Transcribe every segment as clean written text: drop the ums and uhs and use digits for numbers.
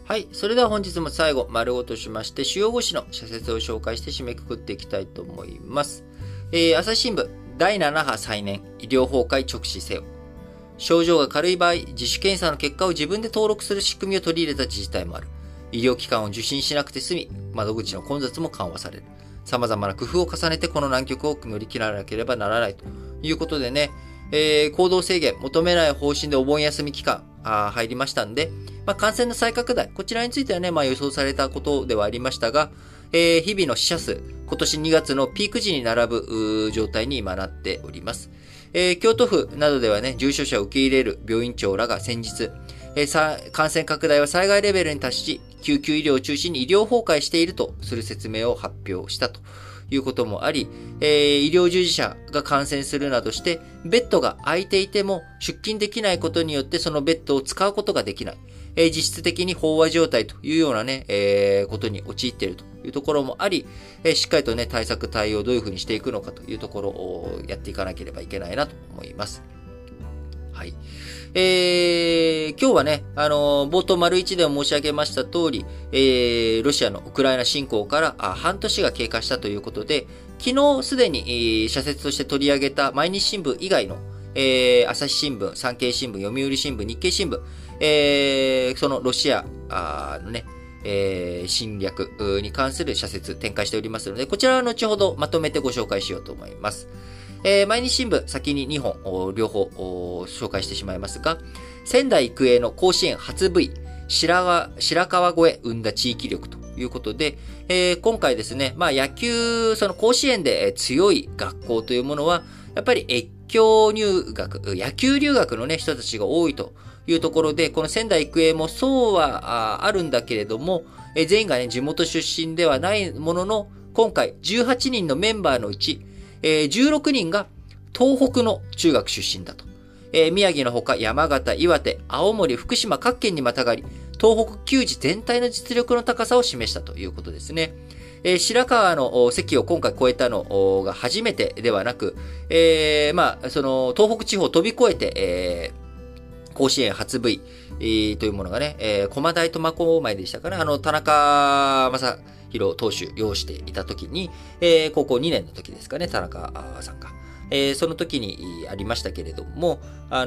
はい。それでは本日も最後、丸ごとしまして、主要5紙の社説を紹介して締めくくっていきたいと思います。朝日新聞、第7波再燃、医療崩壊直視せよ。症状が軽い場合、自主検査の結果を自分で登録する仕組みを取り入れた自治体もある。医療機関を受診しなくて済み、窓口の混雑も緩和される。様々な工夫を重ねてこの難局を乗り切らなければならないということでね、行動制限求めない方針でお盆休み期間入りましたんで、感染の再拡大、こちらについてはね、予想されたことではありましたが、日々の死者数、今年2月のピーク時に並ぶ状態に今なっております。京都府などではね、重症者を受け入れる病院長らが先日、感染拡大は災害レベルに達し、救急医療を中心に医療崩壊しているとする説明を発表したということもあり、医療従事者が感染するなどして、ベッドが空いていても出勤できないことによってそのベッドを使うことができない。実質的に飽和状態というようなね、ことに陥っているというところもあり、しっかりとね、対策対応をどういうふうにしていくのかというところをやっていかなければいけないなと思います。はい。今日はね、冒頭丸1で申し上げました通り、ロシアのウクライナ侵攻から半年が経過したということで、昨日すでに社説として取り上げた毎日新聞以外の、朝日新聞、産経新聞、読売新聞、日経新聞、そのロシアのね、侵略に関する社説展開しておりますので、こちらは後ほどまとめてご紹介しようと思います。毎日新聞、先に2本、両方紹介してしまいますが、仙台育英の甲子園初 V、白川越え生んだ地域力ということで、今回ですね、野球、その甲子園で強い学校というものは、やっぱり越境入学、野球留学のね、人たちが多いというところで、この仙台育英もそうはあるんだけれども、全員がね、地元出身ではないものの、今回18人のメンバーのうち、16人が東北の中学出身だと。宮城のほか山形、岩手、青森、福島各県にまたがり、東北球児全体の実力の高さを示したということですね。白川の関を今回超えたのが初めてではなく、その東北地方を飛び越えて、甲子園初 V、というものがね、駒大苫小牧でしたかね、田中正宏投手擁していた時に、高校2年の時ですかね、田中さんが。その時にありましたけれども、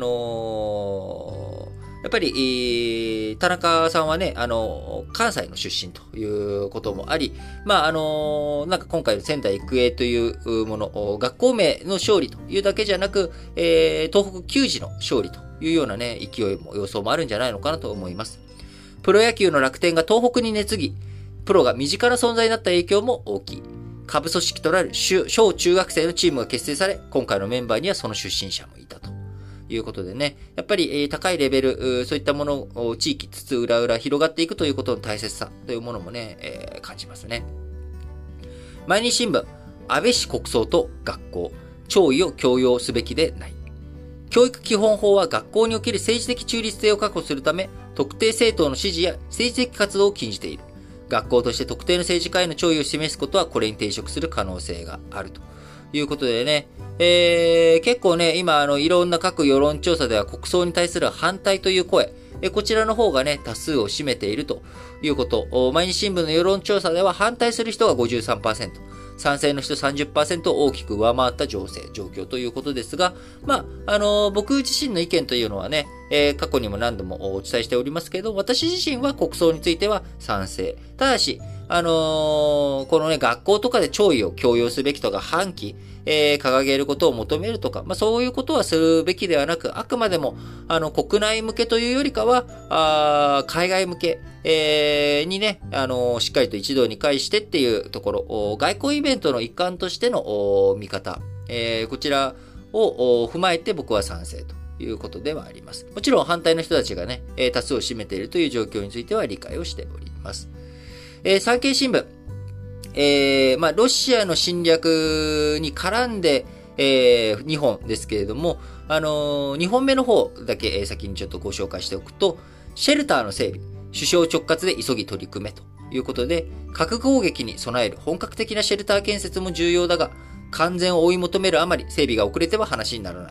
やっぱり、田中さんはね、関西の出身ということもあり、なんか今回の仙台育英というもの、学校名の勝利というだけじゃなく、東北球児の勝利というようなね、勢いも予想もあるんじゃないのかなと思います。プロ野球の楽天が東北に根継ぎ、プロが身近な存在になった影響も大きい。下部組織となる小中学生のチームが結成され、今回のメンバーにはその出身者もいたということでね、やっぱり高いレベル、そういったものを地域つつ裏裏広がっていくということの大切さというものもね、感じますね。毎日新聞、安倍氏国葬と学校、弔意を強要すべきでない。教育基本法は学校における政治的中立性を確保するため、特定政党の支持や政治的活動を禁じている。学校として特定の政治家への弔意を示すことはこれに抵触する可能性があるということでね、結構ね、今いろんな各世論調査では国葬に対する反対という声、こちらの方がね、多数を占めているということ。毎日新聞の世論調査では反対する人が 53%、賛成の人 30% を大きく上回った状況ということですが、僕自身の意見というのはね、過去にも何度もお伝えしておりますけど、私自身は国葬については賛成。ただし、このね、学校とかで弔意を強要すべきとか、反旗、掲げることを求めるとか、そういうことはするべきではなく、あくまでも、国内向けというよりかは、海外向け、にね、しっかりと一堂に会してっていうところ、外交イベントの一環としての見方、こちらを踏まえて僕は賛成ということではあります。もちろん反対の人たちがね、多数を占めているという状況については理解をしております。産経新聞、ロシアの侵略に絡んで、2本ですけれども、2本目の方だけ先にちょっとご紹介しておくと、シェルターの整備、首相直轄で急ぎ取り組めということで、核攻撃に備える本格的なシェルター建設も重要だが、完全を追い求めるあまり整備が遅れては話にならない。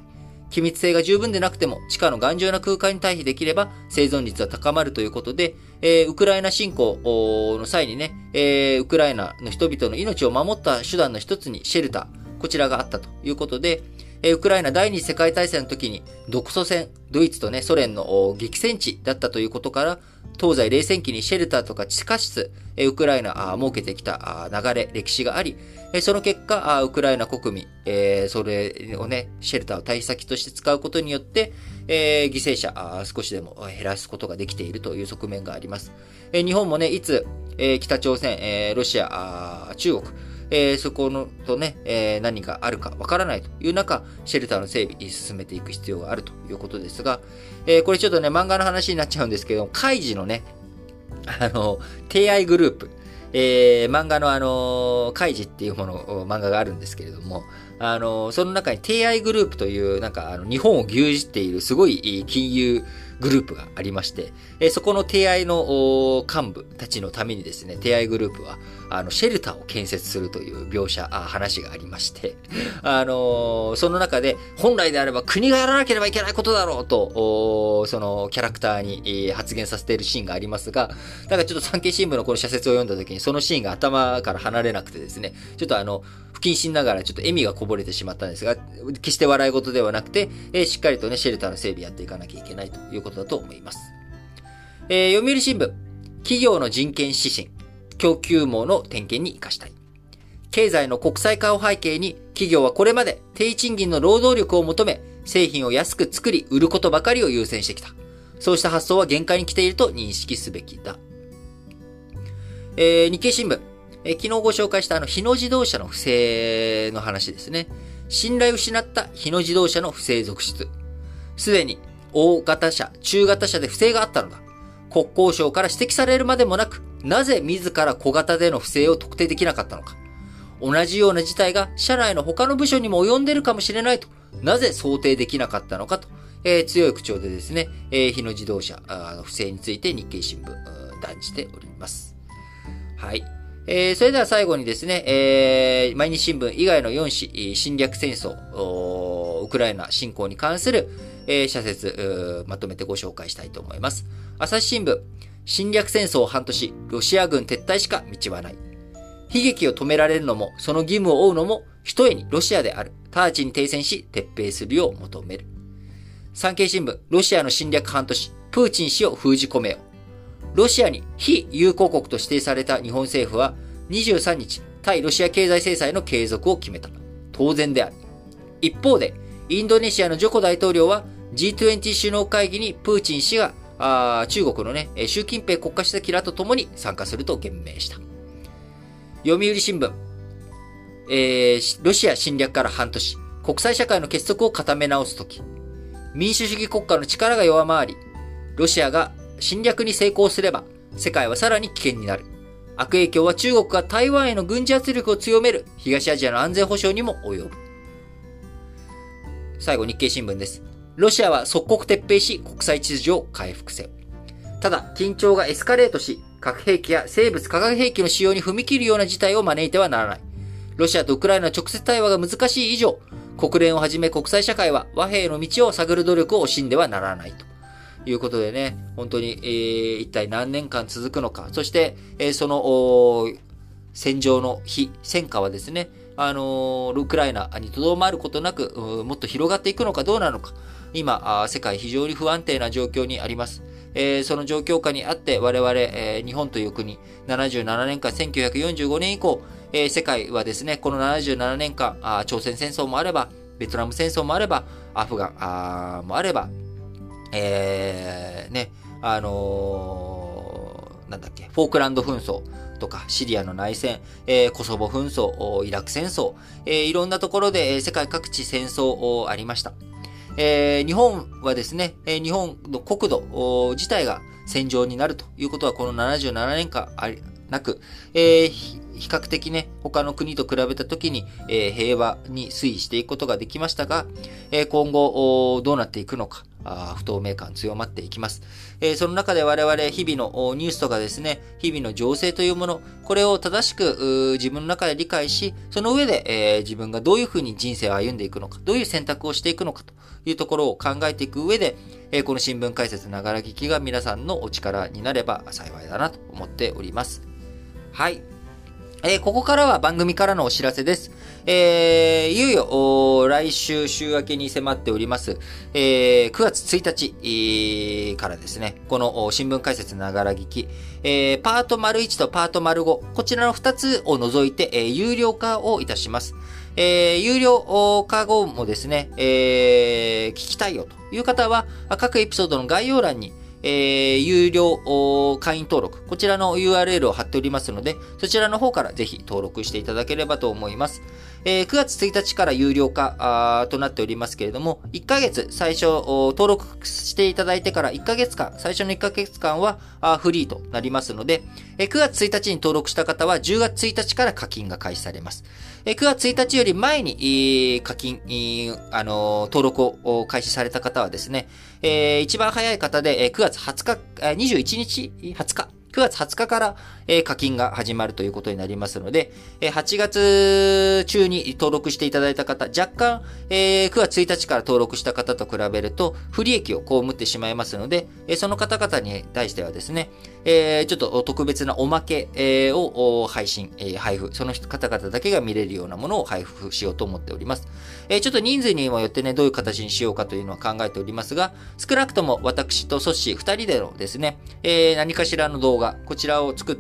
機密性が十分でなくても地下の頑丈な空間に退避できれば生存率は高まるということで、ウクライナ侵攻の際にね、ウクライナの人々の命を守った手段の一つにシェルター、こちらがあったということで、ウクライナ第二次世界大戦の時に独ソ戦、ドイツとね、ソ連の激戦地だったということから、東西冷戦期にシェルターとか地下室、ウクライナ設けてきた流れ、歴史があり、その結果、ウクライナ国民、それをね、シェルターを退避先として使うことによって、犠牲者少しでも減らすことができているという側面があります。日本もね、いつ、北朝鮮、ロシア、中国、そこのとね、何があるかわからないという中、シェルターの整備進めていく必要があるということですが、これちょっとね、漫画の話になっちゃうんですけど、カイジのね、提愛グループ、漫画のカイジっていう漫画があるんですけれども、その中に提愛グループという、日本を牛耳っているすごい金融グループがありまして、そこの提愛の幹部たちのためにですね、提愛グループは、シェルターを建設するという話がありまして、その中で、本来であれば国がやらなければいけないことだろうと、そのキャラクターに発言させているシーンがありますが、ちょっと産経新聞のこの社説を読んだ時に、そのシーンが頭から離れなくてですね、ちょっと不謹慎ながらちょっと笑みがこぼれてしまったんですが、決して笑い事ではなくて、しっかりとね、シェルターの整備やっていかなきゃいけないということだと思います。読売新聞、企業の人権指針、供給網の点検に生かしたい。経済の国際化を背景に、企業はこれまで低賃金の労働力を求め、製品を安く作り、売ることばかりを優先してきた。そうした発想は限界に来ていると認識すべきだ。日経新聞、昨日ご紹介した日野自動車の不正の話ですね。信頼を失った日野自動車の不正続出。すでに大型車、中型車で不正があったのだ。国交省から指摘されるまでもなく、なぜ自ら小型での不正を特定できなかったのか。同じような事態が社内の他の部署にも及んでいるかもしれないと、なぜ想定できなかったのかと、強い口調でですね、日野自動車の不正について日経新聞、断じております。はい。それでは最後にですね、毎日新聞以外の4紙、侵略戦争、ウクライナ侵攻に関する、社説、まとめてご紹介したいと思います。朝日新聞、侵略戦争半年、ロシア軍撤退しか道はない。悲劇を止められるのも、その義務を負うのも、ひとえにロシアである。直ちに停戦し、撤兵するよう求める。産経新聞、ロシアの侵略半年、プーチン氏を封じ込めよう。ロシアに非友好国と指定された日本政府は、23日、対ロシア経済制裁の継続を決めた。当然である。一方で、インドネシアのジョコ大統領は G20 首脳会議にプーチン氏が中国のね、習近平国家主席らと共に参加すると言明した。読売新聞、ロシア侵略から半年、国際社会の結束を固め直すとき、民主主義国家の力が弱まり、ロシアが侵略に成功すれば、世界はさらに危険になる。悪影響は中国が台湾への軍事圧力を強める東アジアの安全保障にも及ぶ。最後、日経新聞です。ロシアは即刻撤兵し、国際秩序を回復せよ。ただ、緊張がエスカレートし、核兵器や生物化学兵器の使用に踏み切るような事態を招いてはならない。ロシアとウクライナの直接対話が難しい以上、国連をはじめ国際社会は和平の道を探る努力を惜しんではならないということでね、本当に、一体何年間続くのか、そして、その戦場の戦火はですね、ウクライナにとどまることなく、もっと広がっていくのかどうなのか、今、世界非常に不安定な状況にあります。その状況下にあって我々、日本という国、77年間、1945年以降、世界はですね、この77年間、朝鮮戦争もあれば、ベトナム戦争もあれば、アフガンもあれば、なんだっけ、フォークランド紛争とか、シリアの内戦、コソボ紛争、イラク戦争、いろんなところで、世界各地戦争ありました。日本はですね、日本の国土自体が戦場になるということはこの77年間なく、比較的ね、他の国と比べたときに、平和に推移していくことができましたが、今後どうなっていくのか、不透明感強まっていきます。その中で我々日々のニュースとかですね、日々の情勢というもの、これを正しく自分の中で理解し、その上で、自分がどういうふうに人生を歩んでいくのか、どういう選択をしていくのかというところを考えていく上で、この新聞解説ながら聞きが皆さんのお力になれば幸いだなと思っております。はい。ここからは番組からのお知らせです。いよいよ来週週明けに迫っております、9月1日からですね、この新聞解説ながら聞き、パート01とパート05、こちらの2つを除いて、有料化をいたします。有料化後もですね、聞きたいよという方は、各エピソードの概要欄に有料会員登録、こちらの URL を貼っておりますので、そちらの方からぜひ登録していただければと思います。9月1日から有料化となっておりますけれども、1ヶ月最初登録していただいてから1ヶ月間、最初の1ヶ月間はフリーとなりますので、9月1日に登録した方は10月1日から課金が開始されます。9月1日より前に課金、登録を開始された方はですね、一番早い方で9月20日、21日 ?20 日9月20日から、課金が始まるということになりますので、8月中に登録していただいた方、若干、9月1日から登録した方と比べると、不利益を被ってしまいますので、その方々に対してはですね、ちょっと特別なおまけ、を配信、配布、その方々だけが見れるようなものを配布しようと思っております。ちょっと人数にもよってね、どういう形にしようかというのは考えておりますが、少なくとも私とソッシー2人でのですね、何かしらの動画、こちらを作って、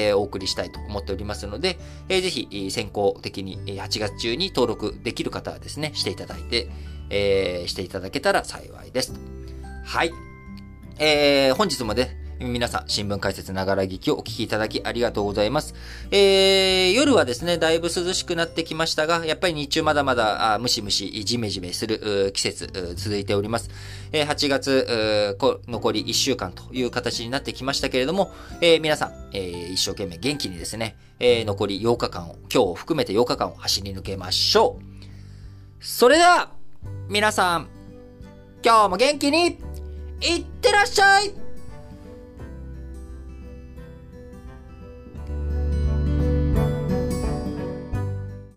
お送りしたいと思っておりますので、ぜひ先行的に8月中に登録できる方はですね、していただいて、していただけたら幸いです。はい。本日もね、皆さん、新聞解説ながら聞きをお聞きいただきありがとうございます。夜はですね、だいぶ涼しくなってきましたが、やっぱり日中まだまだムシムシ、ジメジメする季節続いております。8月残り1週間という形になってきましたけれども、皆さん、一生懸命元気にですね、残り8日間を、今日を含めて8日間を走り抜けましょう。それでは、皆さん、今日も元気にいってらっしゃい。